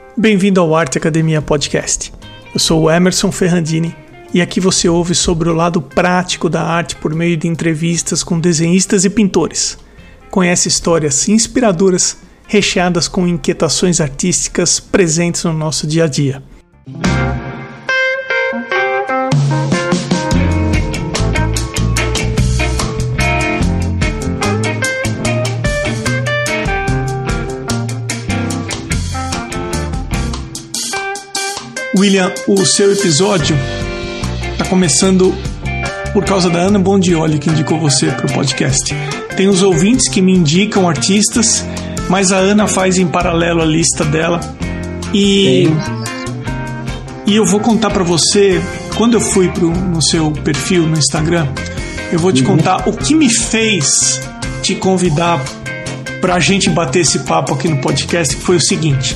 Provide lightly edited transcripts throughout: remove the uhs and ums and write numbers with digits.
Bem-vindo ao Arte Academia Podcast. Eu sou o Emerson Ferrandini e aqui você ouve sobre o lado prático da arte por meio de entrevistas com desenhistas e pintores. Conhece histórias inspiradoras recheadas com inquietações artísticas presentes no nosso dia a dia. William, o seu episódio está começando por causa da Ana Bondioli, que indicou você para o podcast. Tem os ouvintes que me indicam artistas, mas a Ana faz em paralelo a lista dela. E eu vou contar para você, quando eu fui no seu perfil no Instagram, eu vou te contar o que me fez te convidar para a gente bater esse papo aqui no podcast, que foi o seguinte.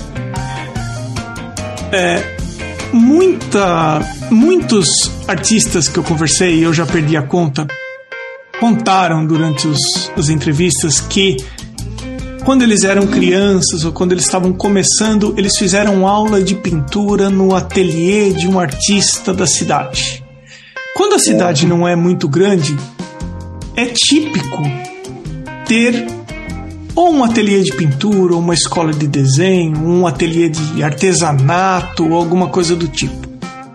Muitos artistas que eu conversei, e eu já perdi a conta, contaram durante as entrevistas que quando eles eram crianças ou quando eles estavam começando, eles fizeram aula de pintura no ateliê de um artista da cidade. Quando a cidade não é muito grande, é típico ter ou um ateliê de pintura, ou uma escola de desenho, um ateliê de artesanato, ou alguma coisa do tipo.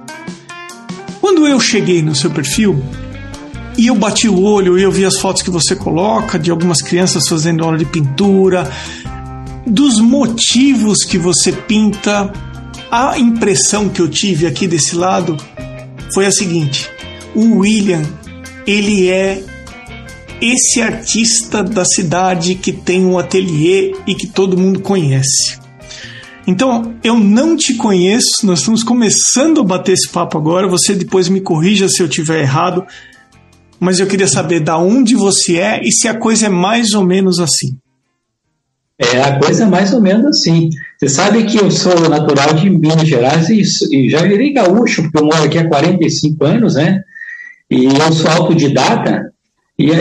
Quando eu cheguei no seu perfil, e eu bati o olho e eu vi as fotos que você coloca, de algumas crianças fazendo aula de pintura, dos motivos que você pinta, a impressão que eu tive aqui desse lado foi a seguinte: o William, ele é esse artista da cidade que tem um ateliê e que todo mundo conhece. Então, eu não te conheço, nós estamos começando a bater esse papo agora, você depois me corrija se eu estiver errado, mas eu queria saber de onde você é e se a coisa é mais ou menos assim. A coisa é mais ou menos assim. Você sabe que eu sou natural de Minas Gerais e já virei gaúcho, porque eu moro aqui há 45 anos, né? E eu sou autodidata. E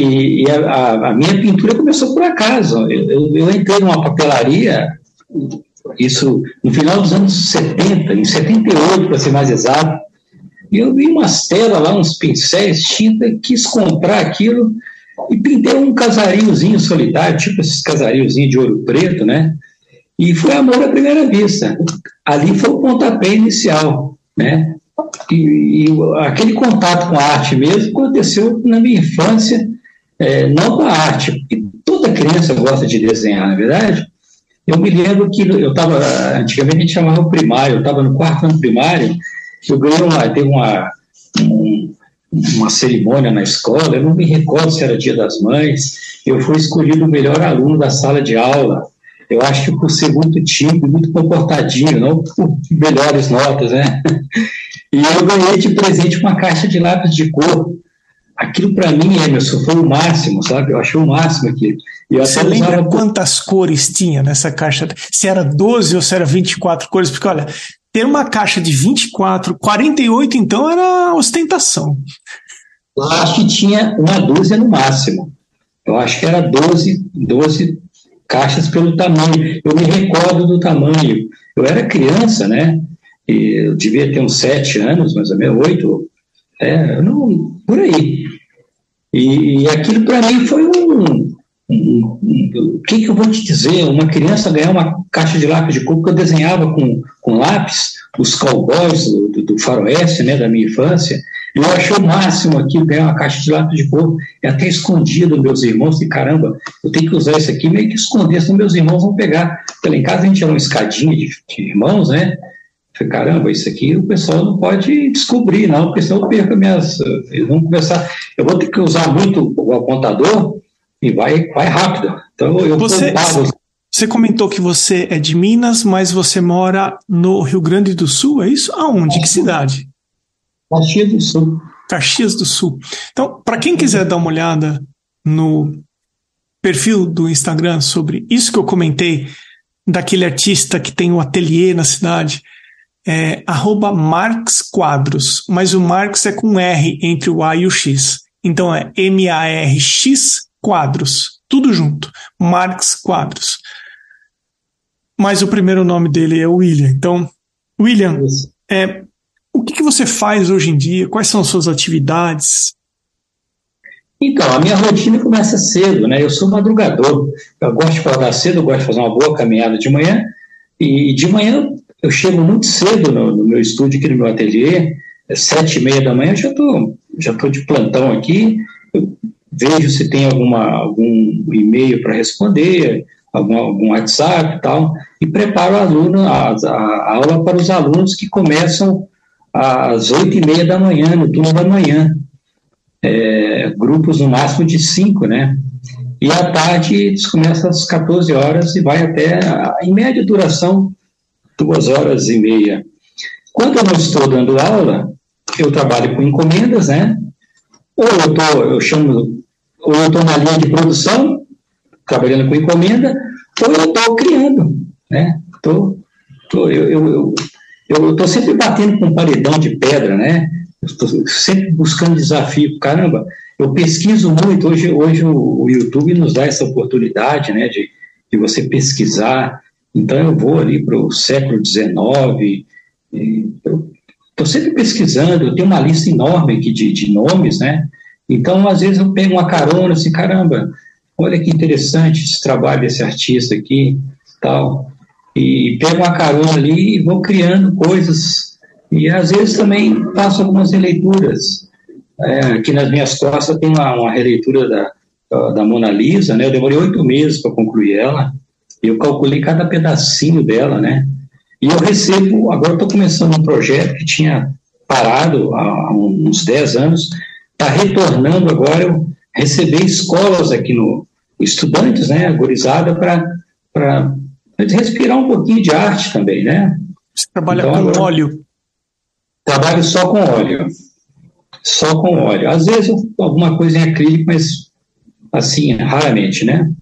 a minha pintura começou por acaso. Eu entrei numa papelaria, isso no final dos anos 70, em 78, para ser mais exato, e eu vi umas telas lá, uns pincéis, tinta, quis comprar aquilo e pintei um casariozinho solitário, tipo esses casariozinhos de ouro preto, né? E foi amor à primeira vista. Ali foi o pontapé inicial, né? E aquele contato com a arte mesmo aconteceu na minha infância, não com a arte, porque toda criança gosta de desenhar, na verdade. Eu me lembro que eu estava, antigamente a gente chamava primário, eu estava no 4º ano primário, eu ganhei teve uma cerimônia na escola, eu não me recordo se era Dia das Mães, eu fui escolhido o melhor aluno da sala de aula. Eu acho que por ser muito tímido, muito comportadinho, não por melhores notas, né? E eu ganhei de presente uma caixa de lápis de cor. Aquilo para mim, Emerson, foi o máximo, sabe? Eu achei o máximo aquilo. Você lembra quantas cores tinha nessa caixa? Se era 12 ou se era 24 cores? Porque, olha, ter uma caixa de 24, 48, então, era ostentação. Eu acho que tinha uma dúzia no máximo. Eu acho que era 12 caixas pelo tamanho. Eu me recordo do tamanho. Eu era criança, né? Eu devia ter uns 7 anos, mais ou menos, 8, por aí. E aquilo para mim foi o que eu vou te dizer? Uma criança ganhar uma caixa de lápis de cor, que eu desenhava com lápis, os cowboys do faroeste, né, da minha infância. Eu achei o máximo aquilo, ganhar uma caixa de lápis de cor, e até escondido dos meus irmãos, e caramba, eu tenho que usar isso aqui, meio que esconder, senão meus irmãos vão pegar. Porque lá em casa a gente tinha uma escadinha de irmãos, né? Falei, caramba, isso aqui o pessoal não pode descobrir, não, porque senão eu perco eles vão começar, eu vou ter que usar muito o apontador e vai rápido. Então Você comentou que você é de Minas, mas você mora no Rio Grande do Sul, é isso? Aonde? Que cidade? Caxias do Sul. Caxias do Sul. Então, para quem quiser dar uma olhada no perfil do Instagram sobre isso que eu comentei, daquele artista que tem um ateliê na cidade, @Marx Quadros, mas o Marx é com R entre o A e o X. Então é MARX Quadros, tudo junto, Marx Quadros. Mas o primeiro nome dele é William. Então, William, Isso. o que você faz hoje em dia? Quais são as suas atividades? Então, a minha rotina começa cedo, né? Eu sou madrugador. Eu gosto de acordar cedo, eu gosto de fazer uma boa caminhada de manhã. E de manhã eu chego muito cedo no meu estúdio aqui no meu ateliê. Às 7h30 da manhã eu já tô de plantão aqui. Eu vejo se tem algum e-mail para responder, algum WhatsApp e tal, e preparo a aula para os alunos que começam às 8h30 da manhã, no turno da manhã. Grupos no máximo de 5, né? E à tarde eles começam às 14 horas e vai até, em média duração, 2h30. Quando eu não estou dando aula, eu trabalho com encomendas, né? Ou eu estou na linha de produção, trabalhando com encomenda, ou eu estou criando, né? Eu estou sempre batendo com um paredão de pedra, né? Estou sempre buscando desafio. Caramba, eu pesquiso muito. Hoje o YouTube nos dá essa oportunidade, né, de você pesquisar. Então eu vou ali para o século XIX. Eu estou sempre pesquisando. Eu tenho uma lista enorme aqui de nomes, né? Então às vezes eu pego uma carona assim, caramba, olha que interessante esse trabalho desse artista aqui, tal. E pego uma carona ali e vou criando coisas. E às vezes também faço algumas releituras. Aqui nas minhas costas tem uma releitura da Mona Lisa, né? Eu demorei 8 meses para concluir ela. Eu calculei cada pedacinho dela, né? E eu recebo, agora estou começando um projeto que tinha parado há uns 10 anos, está retornando agora, eu receber escolas aqui estudantes, né? Agorizada para respirar um pouquinho de arte também, né? Você trabalha com óleo? Trabalho só com óleo. Só com óleo. Às vezes alguma coisa em acrílico, mas assim, raramente, né?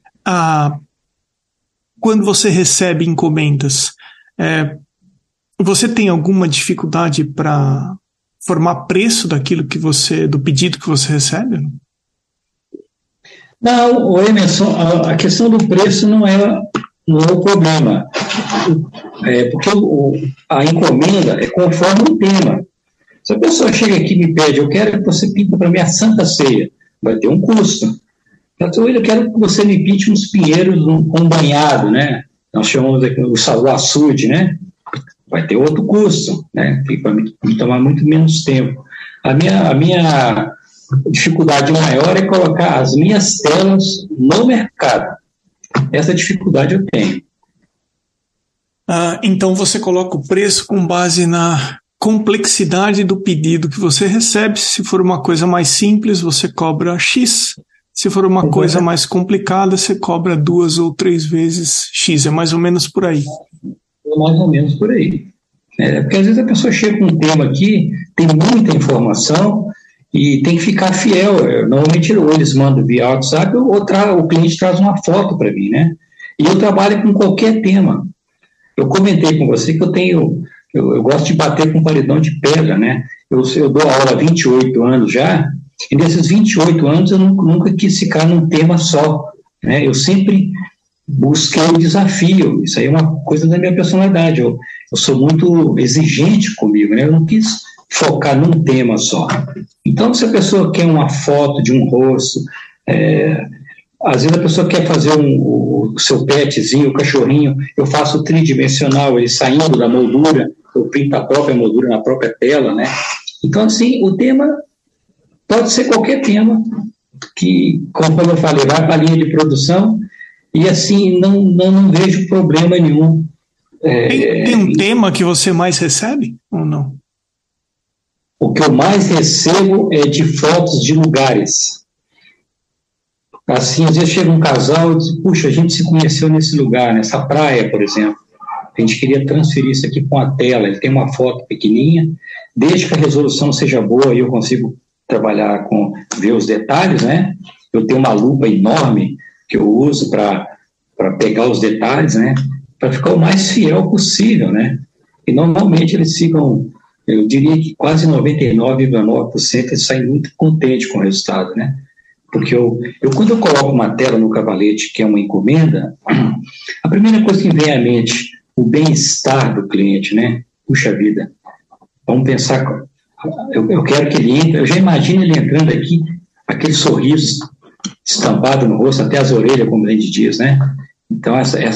Quando você recebe encomendas, você tem alguma dificuldade para formar preço do pedido que você recebe? Não, Emerson, a questão do preço não é o problema. Porque a encomenda é conforme o tema. Se a pessoa chega aqui e me pede, eu quero que você pinta para mim a Santa Ceia, vai ter um custo. Então, eu quero que você me pinte uns pinheiros com banhado, né? Nós chamamos aqui o açude, né? Vai ter outro custo, né? Vai me tomar muito menos tempo. A minha dificuldade maior é colocar as minhas telas no mercado. Essa dificuldade eu tenho. Então você coloca o preço com base na complexidade do pedido que você recebe. Se for uma coisa mais simples, você cobra X. Se for uma coisa mais complicada, você cobra 2 ou 3 vezes X. É mais ou menos por aí. É mais ou menos por aí. Porque às vezes a pessoa chega com um tema aqui, tem muita informação e tem que ficar fiel. Normalmente eles mandam via WhatsApp ou o cliente traz uma foto para mim, né? E eu trabalho com qualquer tema. Eu comentei com você que eu gosto de bater com paredão de pedra, né? Eu dou aula há 28 anos já, e nesses 28 anos eu nunca quis ficar num tema só, né? Eu sempre busquei o desafio. Isso aí é uma coisa da minha personalidade. Eu sou muito exigente comigo, né? Eu não quis focar num tema só. Então, se a pessoa quer uma foto de um rosto, às vezes a pessoa quer fazer o seu petzinho, o cachorrinho, eu faço tridimensional, ele saindo da moldura, eu pinto a própria moldura na própria tela, né? Então, assim, o tema pode ser qualquer tema, que, como eu falei, vai para a linha de produção, e assim, não vejo problema nenhum. Tem um tema que você mais recebe, ou não? O que eu mais recebo é de fotos de lugares. Assim, às vezes chega um casal e diz, puxa, a gente se conheceu nesse lugar, nessa praia, por exemplo. A gente queria transferir isso aqui com a tela. Ele tem uma foto pequenininha, desde que a resolução seja boa e eu consigo trabalhar ver os detalhes, né? Eu tenho uma lupa enorme que eu uso para pegar os detalhes, né? Para ficar o mais fiel possível, né? E normalmente eles ficam, eu diria que quase 99,9% eles saem muito contentes com o resultado, né? Porque quando eu coloco uma tela no cavalete, que é uma encomenda, a primeira coisa que vem à mente, o bem-estar do cliente, né? Puxa vida, vamos pensar, eu quero que ele entre, eu já imagino ele entrando aqui, aquele sorriso estampado no rosto, até as orelhas, como a gente diz, né? Então,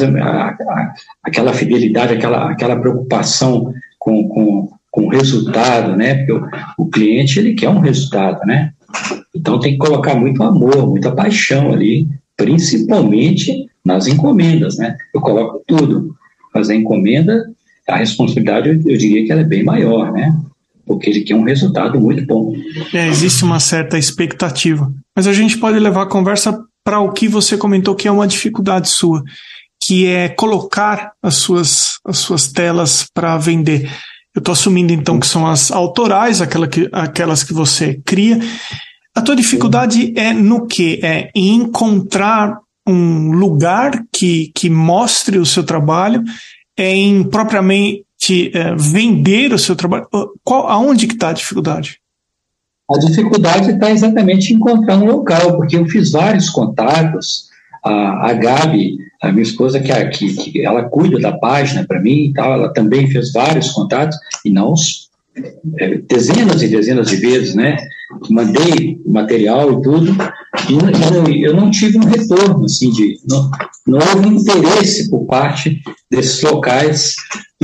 aquela fidelidade, aquela preocupação com o resultado, né? Porque o cliente, ele quer um resultado, né? Então, tem que colocar muito amor, muita paixão ali, principalmente nas encomendas, né? Eu coloco tudo, mas a encomenda, a responsabilidade, eu diria que ela é bem maior, né? Porque ele quer um resultado muito bom. Existe uma certa expectativa. Mas a gente pode levar a conversa para o que você comentou que é uma dificuldade sua, que é colocar as suas telas para vender. Eu estou assumindo, então, que são as autorais, aquelas que você cria. A tua dificuldade é no quê? É em encontrar um lugar que mostre o seu trabalho, é em propriamente vender o seu trabalho. Aonde que está a dificuldade? A dificuldade está exatamente em encontrar um local, porque eu fiz vários contatos. A Gabi, a minha esposa, que ela cuida da página para mim e tal, ela também fez vários contatos, e não dezenas e dezenas de vezes, né? Mandei material e tudo, e eu não tive um retorno, assim, não houve interesse por parte desses locais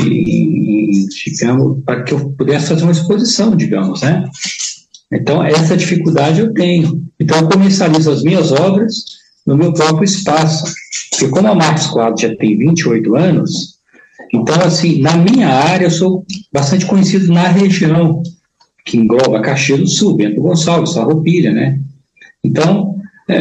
digamos, para que eu pudesse fazer uma exposição, digamos, né? Então, essa dificuldade eu tenho. Então, eu comercializo as minhas obras no meu próprio espaço. Porque como a Marcos Quadros já tem 28 anos, então, assim, na minha área, eu sou bastante conhecido na região, que engloba Caxias do Sul, Bento Gonçalves, Farroupilha, né? Então,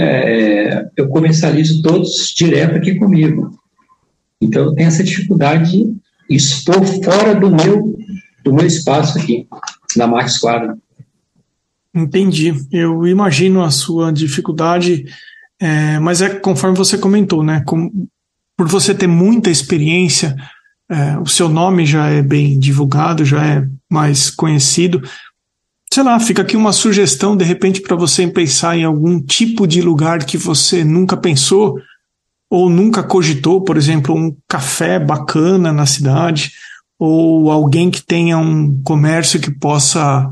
eu comercializo todos direto aqui comigo. Então, eu tenho essa dificuldade de expor fora do meu espaço aqui, na Marcos Quadros. Entendi. Eu imagino a sua dificuldade, mas conforme você comentou, né? Por você ter muita experiência, o seu nome já é bem divulgado, já é mais conhecido. Sei lá, fica aqui uma sugestão, de repente, para você pensar em algum tipo de lugar que você nunca pensou ou nunca cogitou, por exemplo, um café bacana na cidade, ou alguém que tenha um comércio que possa,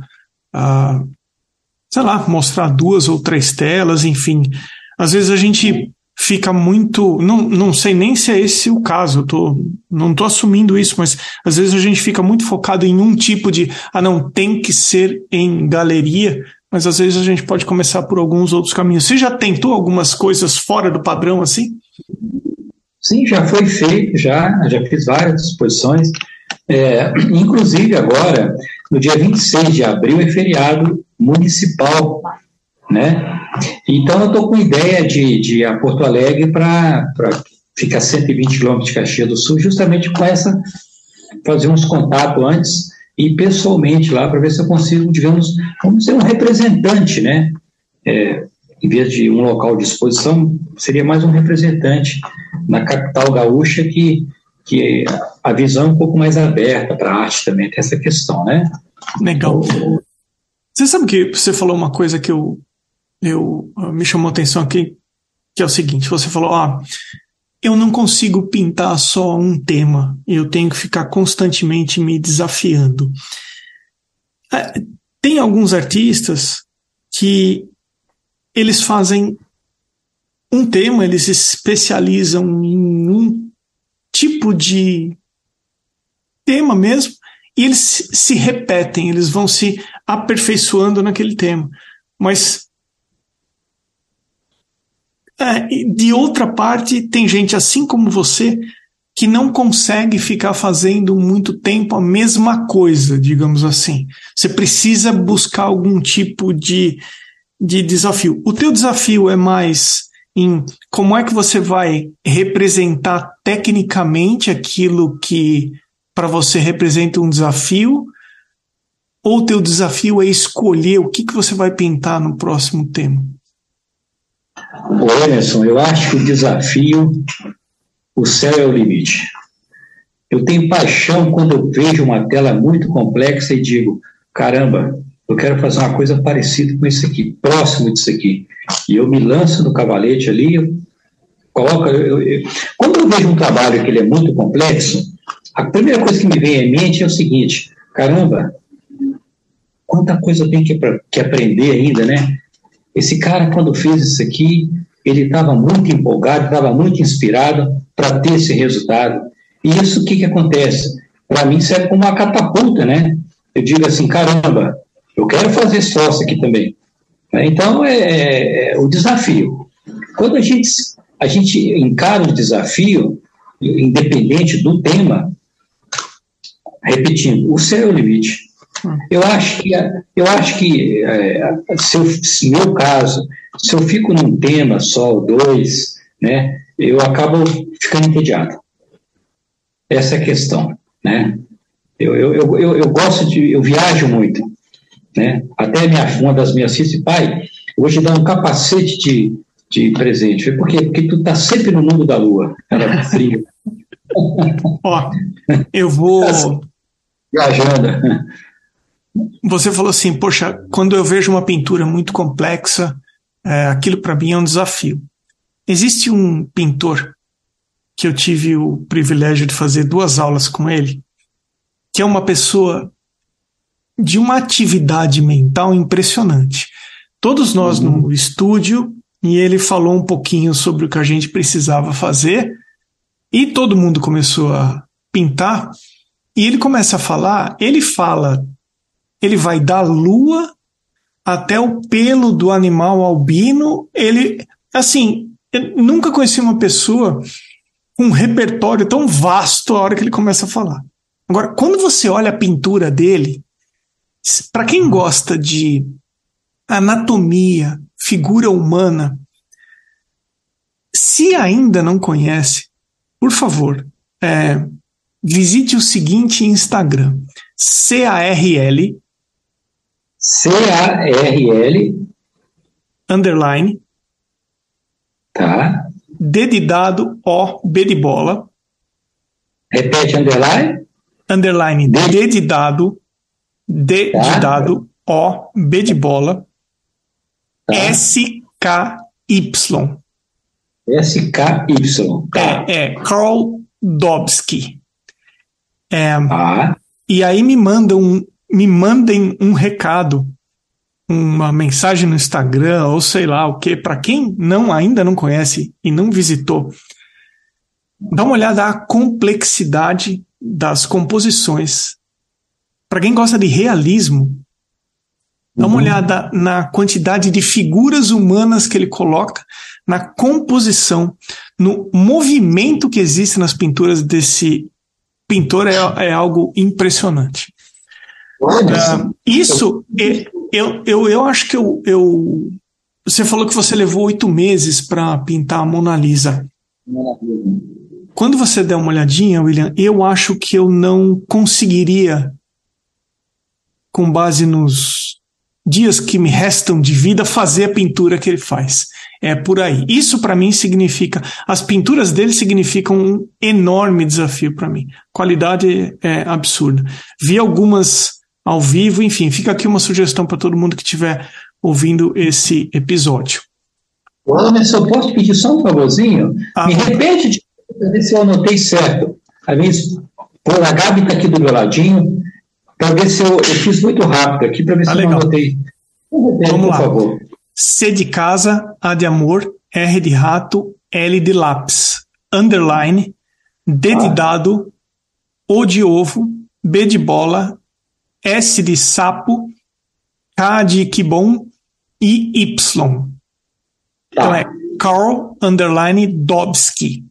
sei lá, mostrar 2 ou 3 telas, enfim. Às vezes a gente fica muito... Não sei nem se é esse o caso, não estou assumindo isso, mas às vezes a gente fica muito focado em um tipo de... não, tem que ser em galeria, mas às vezes a gente pode começar por alguns outros caminhos. Você já tentou algumas coisas fora do padrão, assim? Sim, já foi feito, já fiz várias exposições. Inclusive agora, no dia 26 de abril, é feriado municipal, né? Então eu estou com ideia de ir a Porto Alegre para ficar 120 quilômetros de Caxias do Sul, justamente com fazer uns contatos antes e ir pessoalmente lá para ver se eu consigo, digamos, vamos dizer, um representante, né? Em vez de um local de exposição, seria mais um representante na capital gaúcha que a visão é um pouco mais aberta para a arte também, tem essa questão, né? Legal. Você sabe que você falou uma coisa que me chamou a atenção aqui, que é o seguinte, você falou, eu não consigo pintar só um tema, eu tenho que ficar constantemente me desafiando. Tem alguns artistas que eles fazem um tema, eles se especializam em um tipo de tema mesmo, e eles se repetem, eles vão se aperfeiçoando naquele tema. Mas, de outra parte, tem gente assim como você que não consegue ficar fazendo muito tempo a mesma coisa, digamos assim. Você precisa buscar algum tipo de desafio. O teu desafio é mais em como é que você vai representar tecnicamente aquilo que para você representa um desafio, ou o teu desafio é escolher o que você vai pintar no próximo tema? Emerson, eu acho que o desafio, o céu é o limite. Eu tenho paixão quando eu vejo uma tela muito complexa e digo, caramba, eu quero fazer uma coisa parecida com isso aqui, próximo disso aqui. E eu me lanço no cavalete ali, eu coloco... Quando eu vejo um trabalho que ele é muito complexo, a primeira coisa que me vem à mente é o seguinte: caramba, quanta coisa eu tenho que aprender ainda, né? Esse cara, quando fez isso aqui, ele estava muito empolgado, estava muito inspirado para ter esse resultado. E isso, o que acontece? Para mim, serve como uma catapulta, né? Eu digo assim, caramba, eu quero fazer sócio aqui também. Então, é o desafio. Quando a gente encara o desafio, independente do tema, repetindo, o céu é o limite. Eu acho que se meu caso, se eu fico num tema só, ou dois, né, eu acabo ficando entediado. Essa é a questão, né? Eu gosto eu viajo muito, né? Até uma das minhas filhas disse, pai, eu vou te dar um capacete de presente. Por quê? Porque tu tá sempre no mundo da lua. Ela fria. Ó, eu vou... Viajando. Você falou assim, poxa, quando eu vejo uma pintura muito complexa, aquilo para mim é um desafio. Existe um pintor que eu tive o privilégio de fazer 2 aulas com ele, que é uma pessoa de uma atividade mental impressionante. Todos nós no estúdio, e ele falou um pouquinho sobre o que a gente precisava fazer, e todo mundo começou a pintar, e ele começa a falar, ele vai da lua até o pelo do animal albino. Ele, assim, eu nunca conheci uma pessoa com um repertório tão vasto a hora que ele começa a falar. Agora, quando você olha a pintura dele, para quem gosta de anatomia, figura humana, se ainda não conhece, por favor, visite o seguinte Instagram, CARL underline tá. D de dado, O, B de bola. Repete, underline D de dado, D tá. de dado, O, B de bola, tá. SKY. SKY. Tá. Carl Dobsky. Tá. E aí me mandem um recado, uma mensagem no Instagram, ou sei lá o que, para quem ainda não conhece e não visitou, dá uma olhada na complexidade das composições. Para quem gosta de realismo, dá uma olhada na quantidade de figuras humanas que ele coloca, na composição, no movimento que existe nas pinturas desse pintor, é algo impressionante. Isso, eu acho que você falou que você levou 8 meses para pintar a Mona Lisa. Quando você der uma olhadinha, William, eu acho que eu não conseguiria, com base nos dias que me restam de vida, fazer a pintura que ele faz. É por aí. Isso para mim significa, as pinturas dele significam um enorme desafio para mim. Qualidade é absurda. Vi algumas ao vivo, enfim, fica aqui uma sugestão para todo mundo que estiver ouvindo esse episódio. Anderson, eu posso pedir só um favorzinho? Me repete para ver se eu anotei certo. A Gabi está aqui do meu ladinho, para ver se eu fiz muito rápido aqui, para ver se eu não anotei. Vamos lá. Por favor. C de casa, A de amor, R de rato, L de lápis, underline, D de dado, O de ovo, B de bola, S de sapo, K de que bom e Y. Então é Carl underline Dobsky.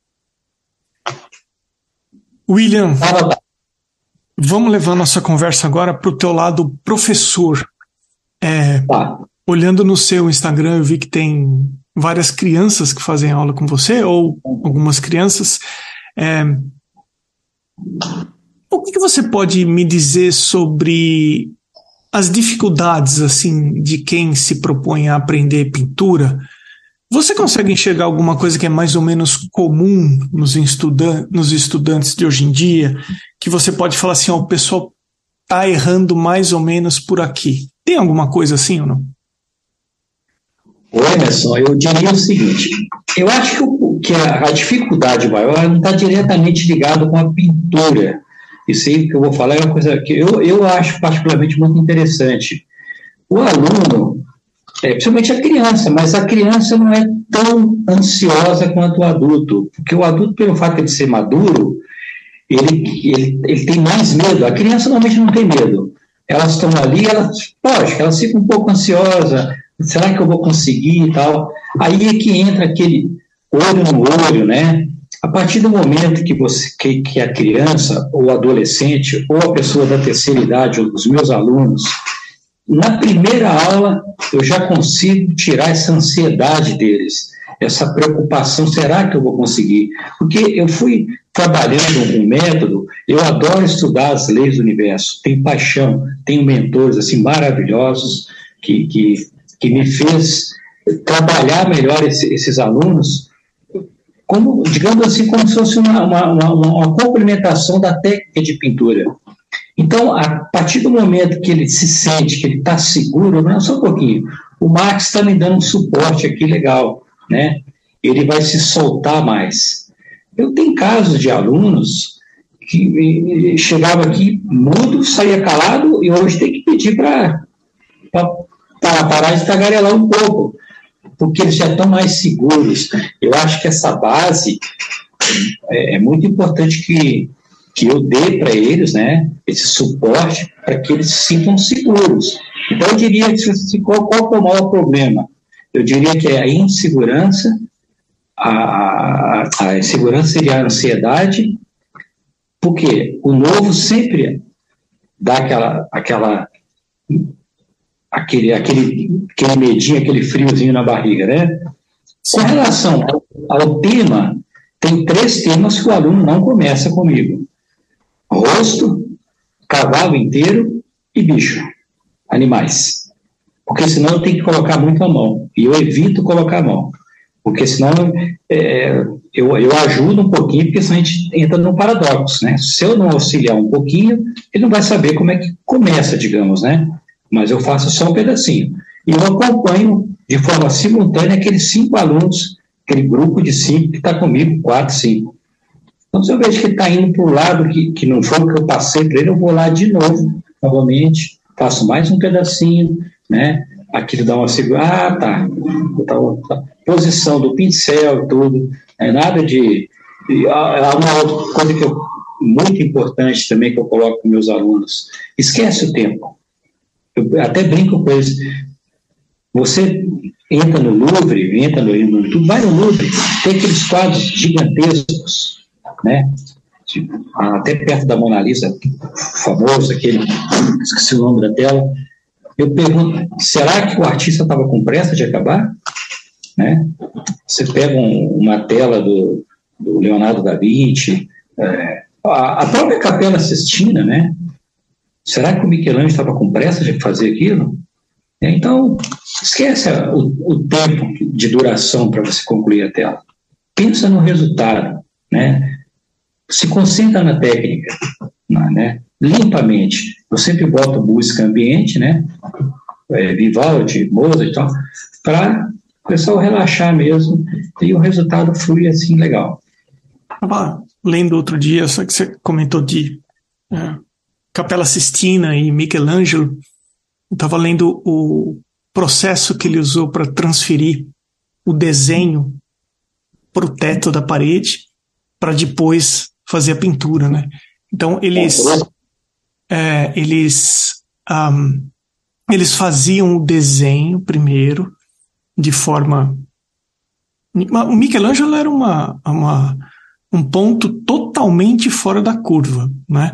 William, vamos levar nossa conversa agora para o teu lado professor. Olhando no seu Instagram, eu vi que tem várias crianças que fazem aula com você, ou algumas crianças. O que você pode me dizer sobre as dificuldades assim de quem se propõe a aprender pintura? Você consegue enxergar alguma coisa que é mais ou menos comum nos estudantes de hoje em dia, que você pode falar assim, o pessoal está errando mais ou menos por aqui? Tem alguma coisa assim ou não? Emerson, eu diria o seguinte, eu acho que a dificuldade maior não está diretamente ligada com a pintura. Isso aí que eu vou falar é uma coisa que eu acho particularmente muito interessante. O aluno, principalmente a criança, mas a criança não é tão ansiosa quanto o adulto, porque o adulto, pelo fato de ser maduro, ele tem mais medo. A criança normalmente não tem medo. Elas estão ali, lógico, elas ficam um pouco ansiosas, será que eu vou conseguir e tal? Aí é que entra aquele olho no olho, né? A partir do momento que a criança, ou adolescente, ou a pessoa da terceira idade, ou os meus alunos, na primeira aula eu já consigo tirar essa ansiedade deles, essa preocupação, será que eu vou conseguir? Porque eu fui trabalhando um método, eu adoro estudar as leis do universo, tenho paixão, tenho mentores assim maravilhosos que me fez trabalhar melhor esses alunos, como, digamos assim, como se fosse uma complementação da técnica de pintura. Então, a partir do momento que ele se sente, que ele está seguro, não é só um pouquinho, o Max está me dando um suporte aqui legal, né? Ele vai se soltar mais. Eu tenho casos de alunos que chegava aqui mudo, saía calado, e hoje tem que pedir para parar de tagarelar um pouco, porque eles já estão mais seguros. Eu acho que essa base é muito importante que eu dê para eles, né, esse suporte para que eles se sintam seguros. Então, eu diria que qual é o maior problema? Eu diria que é a insegurança, a insegurança seria a ansiedade, porque o novo sempre dá aquele medinho, aquele friozinho na barriga, né? Com relação ao tema, tem 3 temas que o aluno não começa comigo: rosto, cavalo inteiro e bicho, animais. Porque senão eu tenho que colocar muito a mão, e eu evito colocar a mão, porque senão eu ajudo um pouquinho, porque senão a gente entra num paradoxo, né? Se eu não auxiliar um pouquinho, ele não vai saber como é que começa, digamos, né? Mas eu faço só um pedacinho. E eu acompanho de forma simultânea aqueles 5 alunos, aquele grupo de 5 que está comigo, 4, 5. Então, se eu vejo que ele está indo para o lado que não foi o que eu passei para ele, eu vou lá de novo, novamente, faço mais um pedacinho, né? Aquilo dá uma segura, tá. Posição do pincel, tudo. Não é nada de... Há uma outra coisa muito importante também que eu coloco para meus alunos: esquece o tempo. Eu até brinco com eles. Você entra no Louvre, entra no YouTube, vai no Louvre, tem aqueles quadros gigantescos, né? Até perto da Mona Lisa, famoso, aquele, esqueci o nome da tela. Eu pergunto, será que o artista estava com pressa de acabar? Né? Você pega uma tela do Leonardo da Vinci, a própria Capela Sistina, né? Será que o Michelangelo estava com pressa de fazer aquilo? Então, esquece o tempo de duração para você concluir a tela. Pensa no resultado, né? Se concentra na técnica, né? Limpamente. Eu sempre boto música ambiente, né? Vivaldi, Mozart e tal, para o pessoal relaxar mesmo e o resultado flui assim legal. Estava lendo outro dia, só que você comentou de Capela Sistina e Michelangelo. Eu estava lendo o processo que ele usou para transferir o desenho para o teto da parede, para depois fazer a pintura, né? Então eles faziam o desenho primeiro de forma... O Michelangelo era um ponto totalmente fora da curva, né?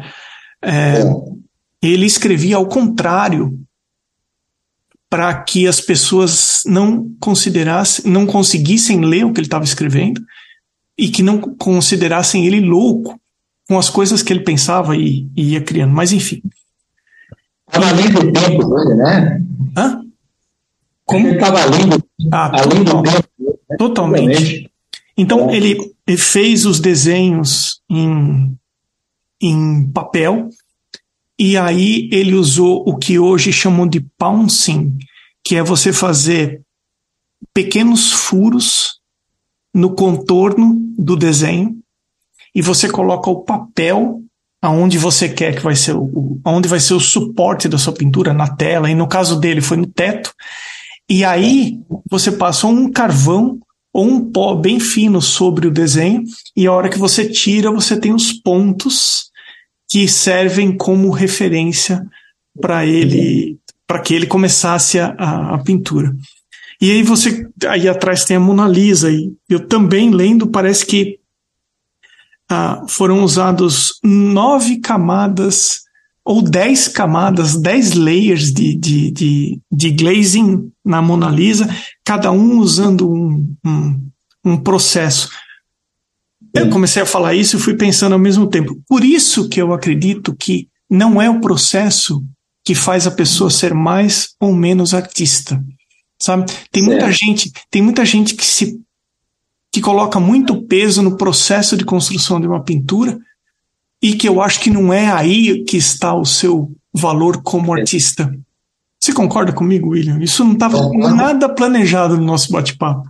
Ele escrevia ao contrário para que as pessoas não conseguissem ler o que ele estava escrevendo e que não considerassem ele louco com as coisas que ele pensava e ia criando. Mas, enfim. Estava além do tempo dele, né? Hã? Como? Ele estava além do tempo. Né? Totalmente. Então, ele fez os desenhos em papel e aí ele usou o que hoje chamam de pouncing, que é você fazer pequenos furos no contorno do desenho, e você coloca o papel aonde você quer que vai ser aonde vai ser o suporte da sua pintura, na tela, e no caso dele foi no teto, e aí você passa um carvão ou um pó bem fino sobre o desenho, e a hora que você tira, você tem os pontos que servem como referência para que ele começasse a pintura. E aí atrás tem a Mona Lisa, e eu também lendo, parece que foram usados 9 camadas ou 10 camadas, 10 layers de glazing na Mona Lisa, cada um usando um processo. Eu comecei a falar isso e fui pensando ao mesmo tempo. Por isso que eu acredito que não é o processo que faz a pessoa ser mais ou menos artista, sabe? Tem muita gente que coloca muito peso no processo de construção de uma pintura e que eu acho que não é aí que está o seu valor como artista. Você concorda comigo, William? Isso não estava nada planejado no nosso bate-papo.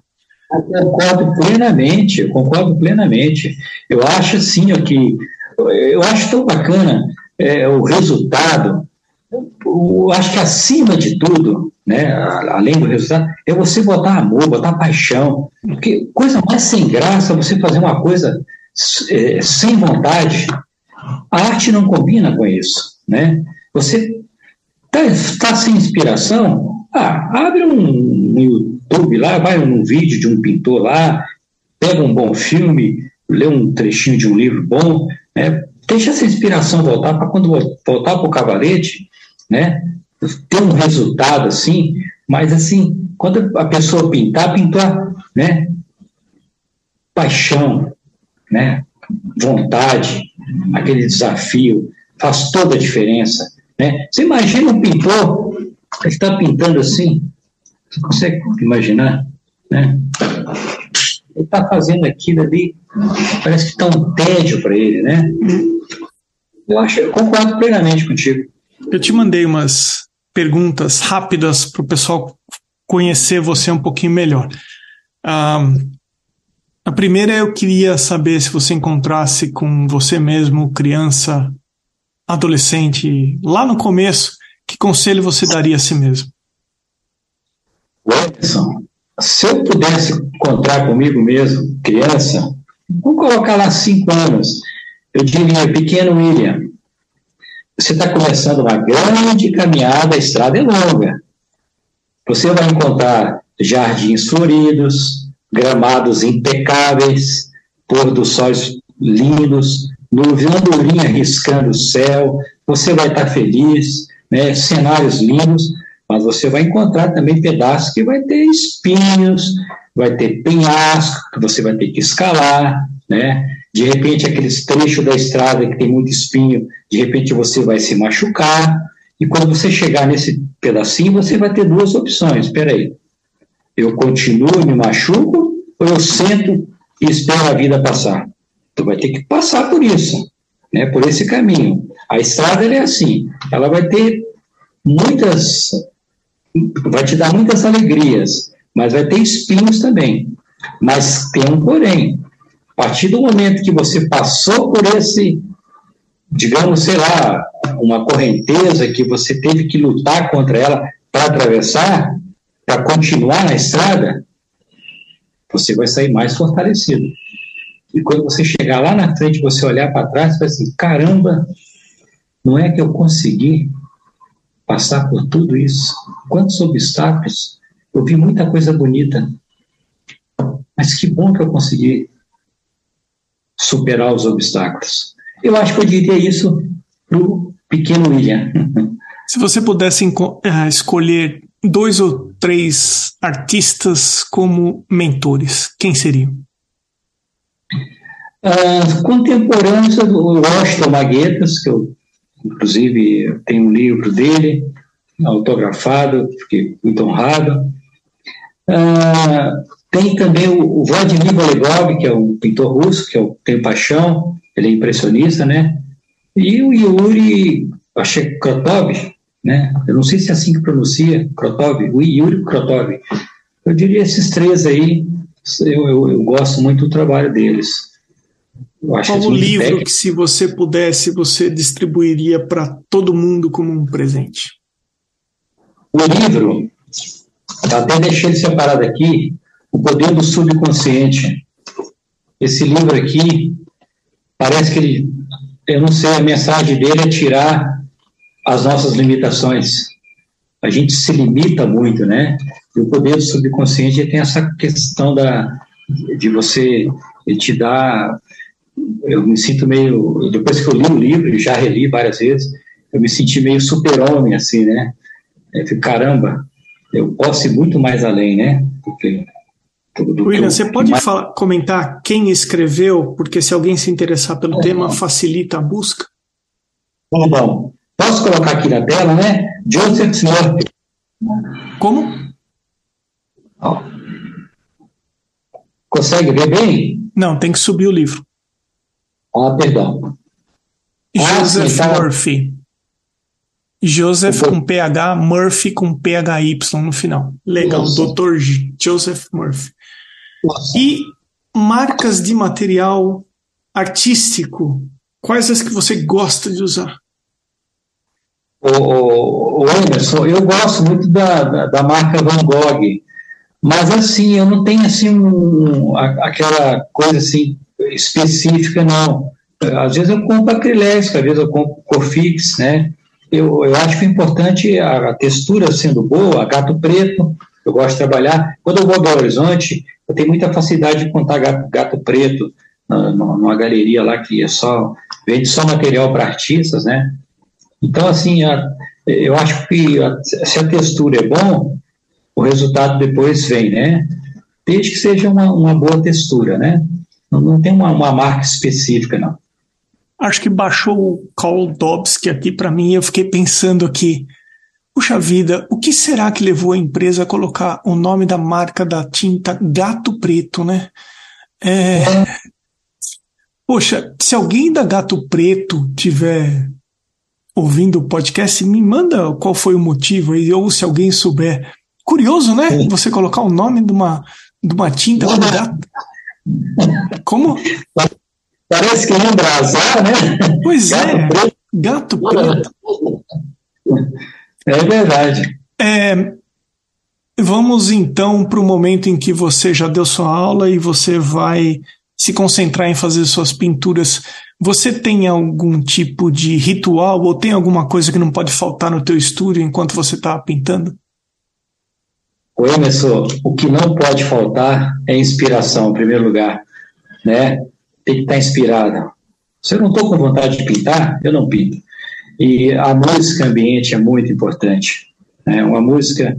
Eu concordo plenamente. Eu acho assim, eu acho tão bacana o resultado. Eu acho que acima de tudo, né, além do resultado, é você botar amor, botar paixão. Porque coisa mais sem graça é você fazer uma coisa sem vontade. A arte não combina com isso, né? Você está sem inspiração, abre um YouTube lá, vai num vídeo de um pintor lá, pega um bom filme, lê um trechinho de um livro bom, né? Deixa essa inspiração voltar para quando voltar para o cavalete, né? Ter um resultado assim, mas assim, quando a pessoa pintar, né? Paixão, né? Vontade, aquele desafio, faz toda a diferença, né? Você imagina um pintor que está pintando assim, você consegue imaginar, né? Ele está fazendo aquilo ali, parece que está um tédio para ele, né? Eu concordo plenamente contigo. Eu te mandei umas perguntas rápidas para o pessoal conhecer você um pouquinho melhor. A primeira, eu queria saber se você encontrasse com você mesmo, criança, adolescente, lá no começo, que conselho você daria a si mesmo? Edson, se eu pudesse encontrar comigo mesmo, criança, vamos colocar lá 5 anos, eu diria, pequeno William, você está começando uma grande caminhada, a estrada é longa. Você vai encontrar jardins floridos, gramados impecáveis, pôr do sóis lindos, andorinha riscando o céu, você vai estar feliz, né? Cenários lindos, mas você vai encontrar também pedaços que vai ter espinhos, vai ter penhasco, que você vai ter que escalar, né? De repente, aqueles trechos da estrada que tem muito espinho, de repente você vai se machucar, e quando você chegar nesse pedacinho, você vai ter 2 opções. Espera aí, eu continuo e me machuco, ou eu sento e espero a vida passar? Tu vai ter que passar por isso, né? Por esse caminho. A estrada ela é assim, ela vai ter vai te dar muitas alegrias, mas vai ter espinhos também. Mas tem um porém. A partir do momento que você passou por esse, digamos, sei lá, uma correnteza que você teve que lutar contra ela para atravessar, para continuar na estrada, você vai sair mais fortalecido. E quando você chegar lá na frente, você olhar para trás, você vai assim, caramba, não é que eu consegui passar por tudo isso? Quantos obstáculos? Eu vi muita coisa bonita, mas que bom que eu consegui superar os obstáculos. Eu acho que eu diria isso para o pequeno William. Se você pudesse escolher 2 ou 3 artistas como mentores, quem seriam? Contemporâneos, o Washington Maguetas, que eu, inclusive, tenho um livro dele, autografado, fiquei muito honrado. Tem também o Vladimir Volegov, que é um pintor russo, que eu tenho paixão, ele é impressionista, né? E o Yuri achei Krotov, né? Eu não sei se é assim que pronuncia, Krotov, o Yuri Krotov. Eu diria esses três aí, eu gosto muito do trabalho deles. Qual o livro que, se você pudesse, você distribuiria para todo mundo como um presente? O livro, eu até deixei ele separado aqui, O Poder do Subconsciente. Esse livro aqui, parece que ele, eu não sei, a mensagem dele é tirar as nossas limitações. A gente se limita muito, né? E o poder do subconsciente tem essa questão de você, ele te dar... Eu me sinto meio... Depois que eu li o livro, e já reli várias vezes, eu me senti meio super-homem, assim, né? Eu fico, caramba, eu posso ir muito mais além, né? William, você pode comentar quem escreveu? Porque se alguém se interessar pelo tema, facilita a busca. Bom, posso colocar aqui na tela, né? Joseph Murphy. Como? Consegue ver bem? Não, tem que subir o livro. Perdão. Joseph Murphy. Joseph com PH, Murphy com PHY no final. Legal, Dr. Joseph Murphy. Nossa. E marcas de material artístico, quais as que você gosta de usar? O Emerson, eu gosto muito da marca Van Gogh, mas assim, eu não tenho assim aquela coisa assim específica, não. Às vezes eu compro acrilésio, às vezes eu compro Cofix, né? Eu acho que o importante é a textura sendo boa, gato preto, eu gosto de trabalhar. Quando eu vou a Belo Horizonte, eu tenho muita facilidade de contar gato preto numa galeria lá que vende só material para artistas, né? Então, assim, eu acho que se a textura é bom, o resultado depois vem, né? Desde que seja uma boa textura, né? Não tem uma marca específica, não. Acho que baixou o Carl Dobsky aqui para mim e eu fiquei pensando aqui, puxa vida, o que será que levou a empresa a colocar o nome da marca da tinta Gato Preto, né? Poxa, se alguém da Gato Preto tiver ouvindo o podcast, me manda qual foi o motivo aí, ou se alguém souber. Curioso, né? Você colocar o nome de uma tinta como gato. Como? Parece que lembra azar, né? Pois Gato Preto. É verdade. Vamos então para o momento em que você já deu sua aula e você vai se concentrar em fazer suas pinturas. Você tem algum tipo de ritual ou tem alguma coisa que não pode faltar no teu estúdio enquanto você está pintando? O Emerson, o que não pode faltar é inspiração, em primeiro lugar, né? Tem que estar inspirado. Se eu não estou com vontade de pintar, eu não pinto. E a música ambiente é muito importante, né? Uma música...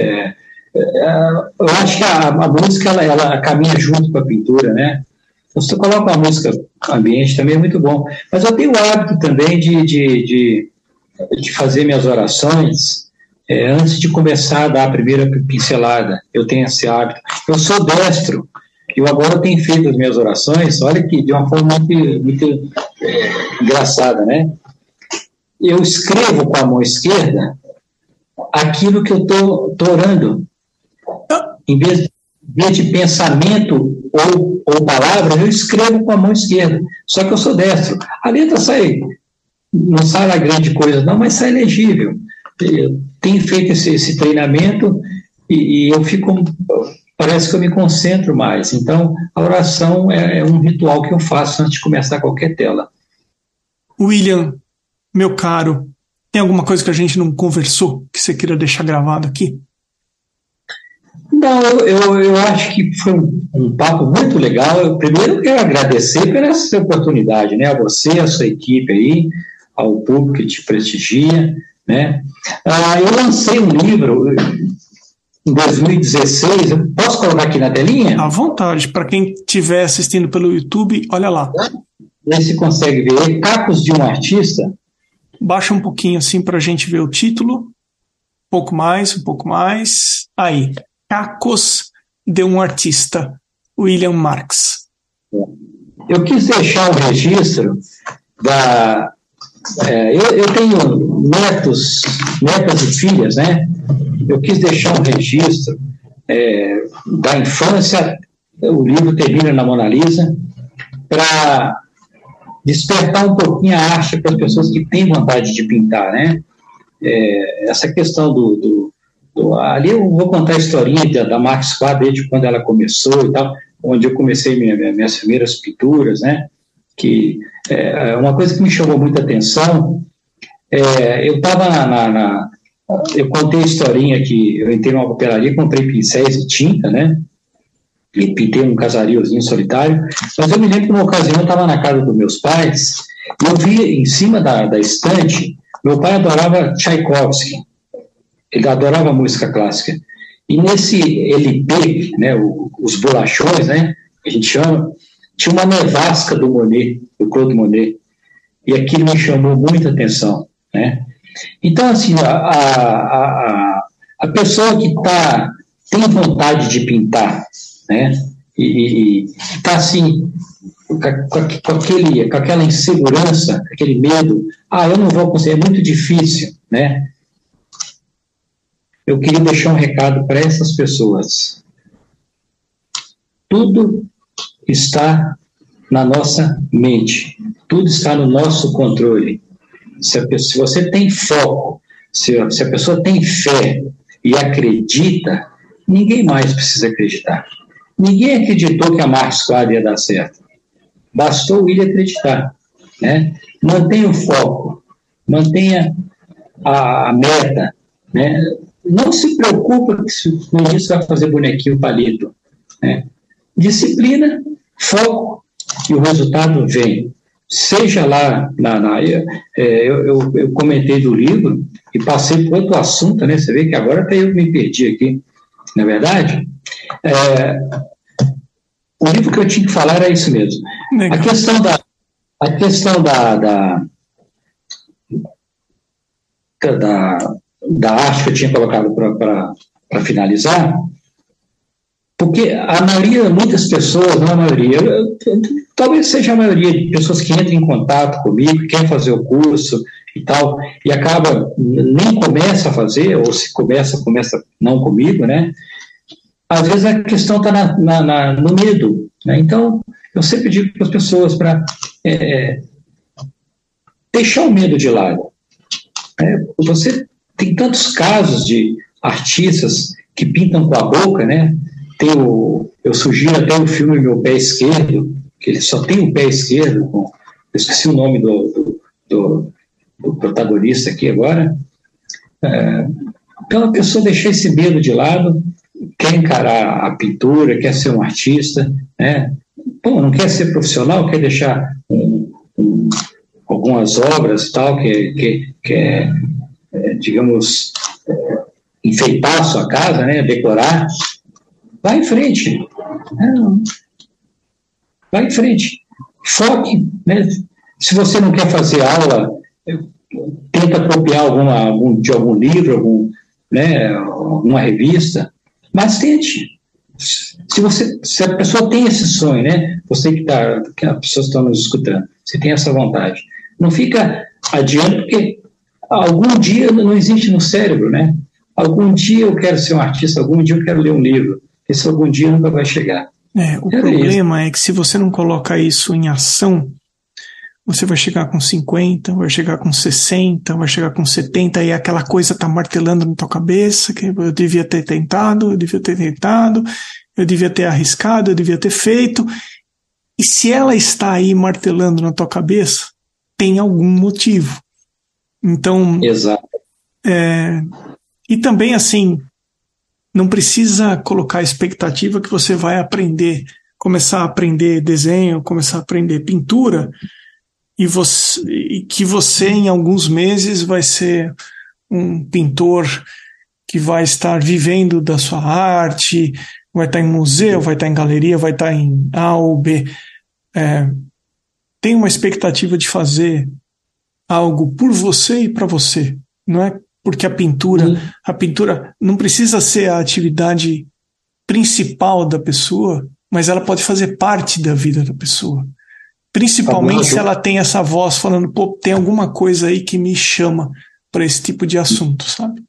eu acho que a música ela caminha junto com a pintura, né? Você coloca uma música ambiente também é muito bom. Mas eu tenho o hábito também de fazer minhas orações antes de começar a dar a primeira pincelada. Eu tenho esse hábito. Eu sou destro. Eu agora tenho feito as minhas orações, olha que de uma forma muito engraçada, né? Eu escrevo com a mão esquerda aquilo que eu estou orando. Em vez de pensamento ou palavras, eu escrevo com a mão esquerda. Só que eu sou destro. A letra não sai uma grande coisa, não, mas sai legível. Eu tenho feito esse treinamento e eu parece que eu me concentro mais. Então, a oração é um ritual que eu faço antes de começar qualquer tela. William, meu caro, tem alguma coisa que a gente não conversou que você queira deixar gravado aqui? Não, eu acho que foi um papo muito legal. Eu primeiro quero agradecer pela essa oportunidade, né? A você, a sua equipe aí, ao público que te prestigia, né? Eu lancei um livro em 2016. Eu posso colocar aqui na telinha? À vontade. Para quem estiver assistindo pelo YouTube, olha lá. Aí você consegue ver Cacos de um Artista. Baixa um pouquinho assim para a gente ver o título. Um pouco mais. Aí. Cacos de um Artista, William Marx. Eu quis deixar um registro Eu tenho netas e filhas, né? Eu quis deixar um registro da infância, o livro termina na Mona Lisa, para despertar um pouquinho a arte para as pessoas que têm vontade de pintar, né? Essa questão ali eu vou contar a historinha da Max Quadra, desde quando ela começou e tal, onde eu comecei minhas primeiras pinturas, né? Que uma coisa que me chamou muita atenção, eu estava eu contei a historinha que eu entrei numa papelaria, comprei pincéis e tinta, né? E pintei um casariozinho solitário, mas eu me lembro que numa ocasião eu estava na casa dos meus pais e eu vi em cima da estante, meu pai adorava Tchaikovsky, ele adorava música clássica, e nesse LP, né, os bolachões, né, que a gente chama, tinha uma nevasca do Monet, do Claude Monet, e aquilo me chamou muita atenção, né? Então, assim, a pessoa que tem vontade de pintar, né? E está assim, com aquela insegurança, aquele medo, eu não vou conseguir, é muito difícil, né? Eu queria deixar um recado para essas pessoas. Tudo está na nossa mente, tudo está no nosso controle. Se você tem foco, se a pessoa tem fé e acredita, ninguém mais precisa acreditar. Ninguém acreditou que a Max Quadra ia dar certo. Bastou ele acreditar, né? Mantenha o foco, mantenha a meta, né? Não se preocupe se no início vai fazer bonequinho palito, né? Disciplina, foco e o resultado vem. Seja lá eu comentei do livro e passei por outro assunto, né? Você vê que agora até eu me perdi aqui, na verdade. O livro que eu tinha que falar era isso mesmo. A questão da arte que eu tinha colocado para finalizar, porque a maioria, muitas pessoas, não a maioria, talvez seja a maioria de pessoas que entram em contato comigo, quer fazer o curso e tal, e acaba, nem começa a fazer, ou se começa não comigo, né? Às vezes a questão está no medo, né? Então, eu sempre digo para as pessoas para deixar o medo de lado. Você tem tantos casos de artistas que pintam com a boca, né? Eu sugiro até o filme Meu Pé Esquerdo, que ele só tem o pé esquerdo, eu esqueci o nome do protagonista aqui agora. Então a pessoa deixa esse medo de lado, quer encarar a pintura, quer ser um artista, né? Bom, não quer ser profissional, quer deixar algumas obras tal, quer digamos, enfeitar a sua casa, né? Decorar. Vai em frente. Vai em frente. Foque, né? Se você não quer fazer aula, tenta copiar de algum livro, alguma revista, mas tente. Se a pessoa tem esse sonho, né? Você que as pessoas estão nos escutando, você tem essa vontade. Não fica adiante, porque algum dia não existe no cérebro, né? Algum dia eu quero ser um artista, algum dia eu quero ler um livro. Esse algum dia nunca vai chegar. O problema é que se você não coloca isso em ação, você vai chegar com 50, vai chegar com 60, vai chegar com 70, e aquela coisa está martelando na tua cabeça, que eu devia ter tentado, eu devia ter arriscado, eu devia ter feito. E se ela está aí martelando na tua cabeça, tem algum motivo. Então, exato. E também, assim, não precisa colocar a expectativa que você vai começar a aprender desenho, começar a aprender pintura, e que você, em alguns meses, vai ser um pintor que vai estar vivendo da sua arte, vai estar em museu, vai estar em galeria, vai estar em A ou B. Tem uma expectativa de fazer algo por você e para você. Não é porque a pintura não precisa ser a atividade principal da pessoa, mas ela pode fazer parte da vida da pessoa. Principalmente se ela tem essa voz falando, pô, tem alguma coisa aí que me chama para esse tipo de assunto, sabe?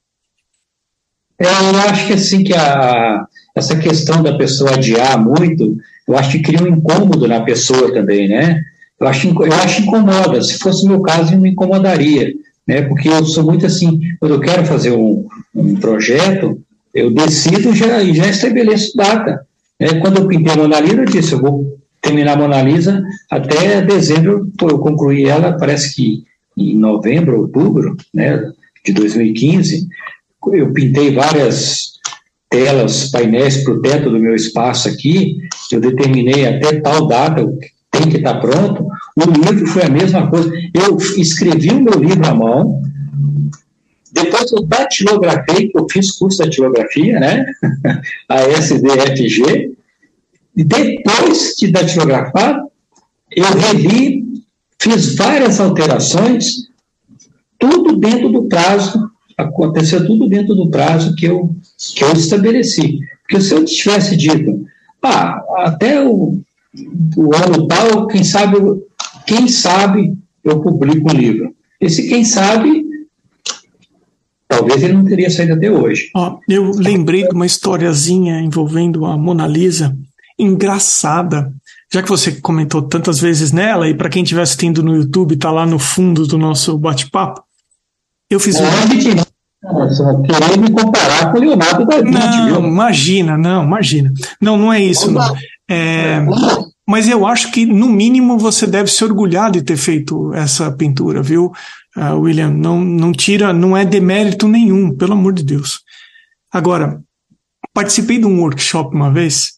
Eu acho que assim, essa questão da pessoa adiar muito, eu acho que cria um incômodo na pessoa também, né? Eu acho incomoda. Se fosse o meu caso, eu me incomodaria, né? Porque eu sou muito assim, quando eu quero fazer um projeto, eu decido e já estabeleço data. Né? Quando eu pintei a Mona Lisa, eu disse, eu vou terminar a Mona Lisa até dezembro, eu concluí ela, parece que em novembro, outubro, né, de 2015. Eu pintei várias telas, painéis para o teto do meu espaço aqui, eu determinei até tal data, tem que estar pronto. O livro foi a mesma coisa. Eu escrevi o meu livro à mão, depois eu datilografei, eu fiz curso de datilografia, né? A SDFG, e depois de datilografar, eu revi, fiz várias alterações, tudo dentro do prazo, aconteceu tudo dentro do prazo que eu estabeleci. Porque se eu tivesse dito, até o ano tal, quem sabe eu publico um livro. Esse quem sabe, talvez ele não teria saído até hoje. Eu lembrei de uma historiazinha envolvendo a Mona Lisa, engraçada, já que você comentou tantas vezes nela, e para quem estiver assistindo no YouTube, está lá no fundo do nosso bate-papo, eu fiz querendo me comparar com o Leonardo da Vinci. Não, imagina. Não é isso, não. Mas eu acho que, no mínimo, você deve se orgulhar de ter feito essa pintura, viu, William? Não tira, não é demérito nenhum, pelo amor de Deus. Agora, participei de um workshop uma vez,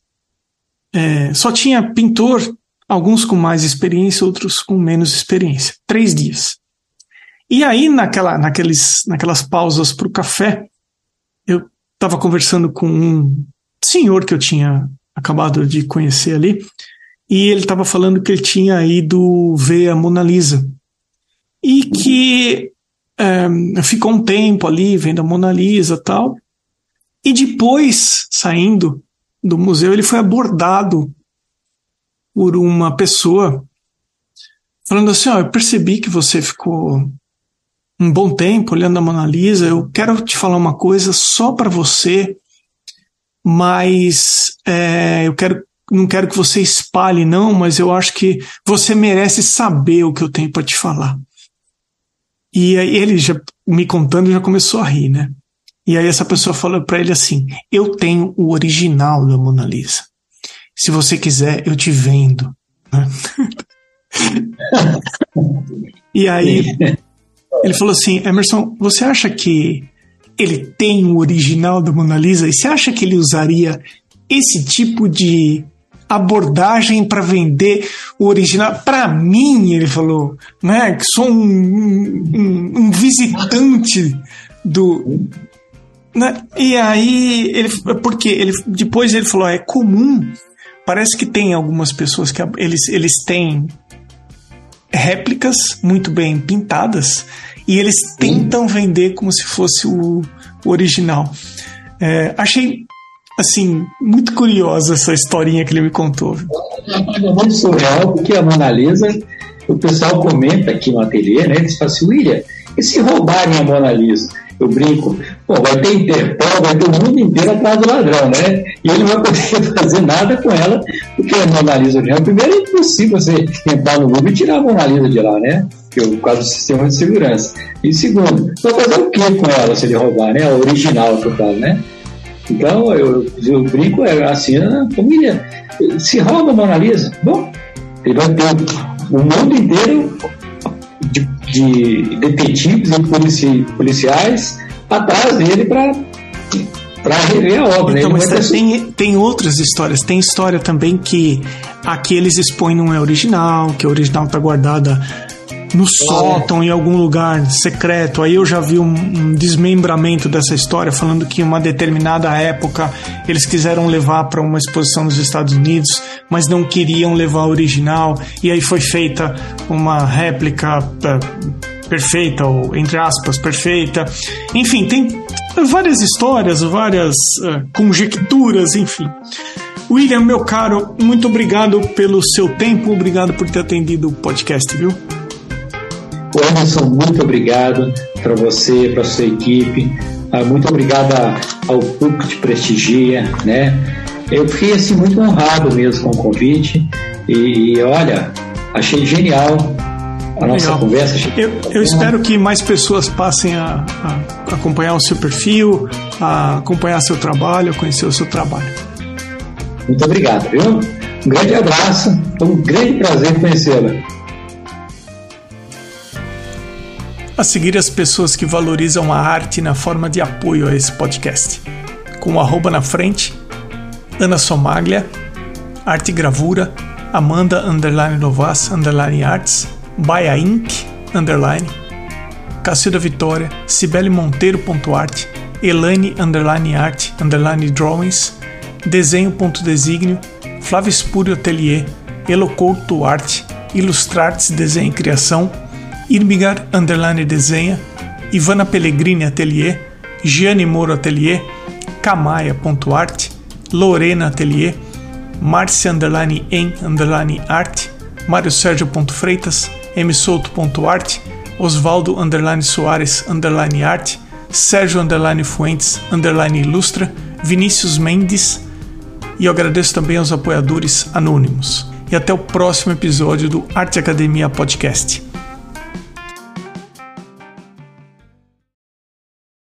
só tinha pintor, alguns com mais experiência, outros com menos experiência. 3 dias. E aí, naquelas pausas para o café, eu estava conversando com um senhor que eu tinha acabado de conhecer ali, e ele estava falando que ele tinha ido ver a Mona Lisa. E que ficou um tempo ali vendo a Mona Lisa e tal. E depois, saindo do museu, ele foi abordado por uma pessoa falando assim, eu percebi que você ficou um bom tempo olhando a Mona Lisa, eu quero te falar uma coisa só para você, mas não quero que você espalhe não, mas eu acho que você merece saber o que eu tenho para te falar. E aí ele, já me contando, já começou a rir, né? E aí essa pessoa falou para ele assim, eu tenho o original da Mona Lisa. Se você quiser, eu te vendo. E aí ele falou assim, Emerson, você acha que ele tem o original da Mona Lisa? E você acha que ele usaria esse tipo de abordagem para vender o original? Para mim, ele falou, né, que sou um visitante do... Né? E aí, depois ele falou, é comum, parece que tem algumas pessoas que eles têm réplicas muito bem pintadas e eles tentam vender como se fosse o original. Achei, assim, muito curiosa essa historinha que ele me contou. É muito surreal, porque a Mona Lisa, o pessoal comenta aqui no ateliê, né? Eles falam assim, William, e se roubarem a Mona Lisa? Eu brinco, vai ter Interpol, vai ter o mundo inteiro atrás do ladrão, né? E ele não vai poder fazer nada com ela, porque a Mona Lisa original, primeiro é impossível você entrar no Google e tirar a Mona Lisa de lá, né? Por causa do sistema de segurança. E segundo, vai fazer o que com ela se ele roubar, né? A original que eu falo, né? Então, eu brinco assim, família, se rouba a Mona Lisa, bom, ele vai ter o mundo inteiro de detetives e policiais atrás dele para rever a obra. Então, mas tem outras histórias. Tem história também que aqui eles expõem não é original, que a original está guardada no sótão, em algum lugar secreto. Aí eu já vi um desmembramento dessa história, falando que em uma determinada época eles quiseram levar para uma exposição nos Estados Unidos, mas não queriam levar a original, e aí foi feita uma réplica perfeita, ou entre aspas, perfeita. Enfim, tem várias histórias, várias conjecturas, enfim. William, meu caro, muito obrigado pelo seu tempo, obrigado por ter atendido o podcast, viu? Anderson, muito obrigado para você, para sua equipe, muito obrigado ao público que te prestigia, né? Eu fiquei assim muito honrado mesmo com o convite e olha, achei genial a nossa conversa. Eu espero que mais pessoas passem a acompanhar o seu perfil, a acompanhar seu trabalho, a conhecer o seu trabalho. Muito obrigado, viu? Um grande abraço, foi um grande prazer conhecê-la. A seguir, as pessoas que valorizam a arte na forma de apoio a esse podcast. Com o arroba na frente, Ana Somaglia, Arte e Gravura, Amanda _Novas _Arts, Baia Inc. Cacilda Vitória, Cibele Monteiro.art, Elane _art _drawings, Desenho.designio, Flávio Espúrio Atelier, Elocouto Arte, Ilustrartes Desenho e Criação, Irmigar _desenha, Ivana Pellegrini Atelier, Gianni Moro Atelier, Camaia.art, Lorena Atelier, Marcia _em _art, Mário Sérgio.freitas, msouto.art, Osvaldo _Soares _art, Sérgio _Fuentes _ilustra, Vinícius Mendes, e eu agradeço também aos apoiadores anônimos. E até o próximo episódio do Arte Academia Podcast.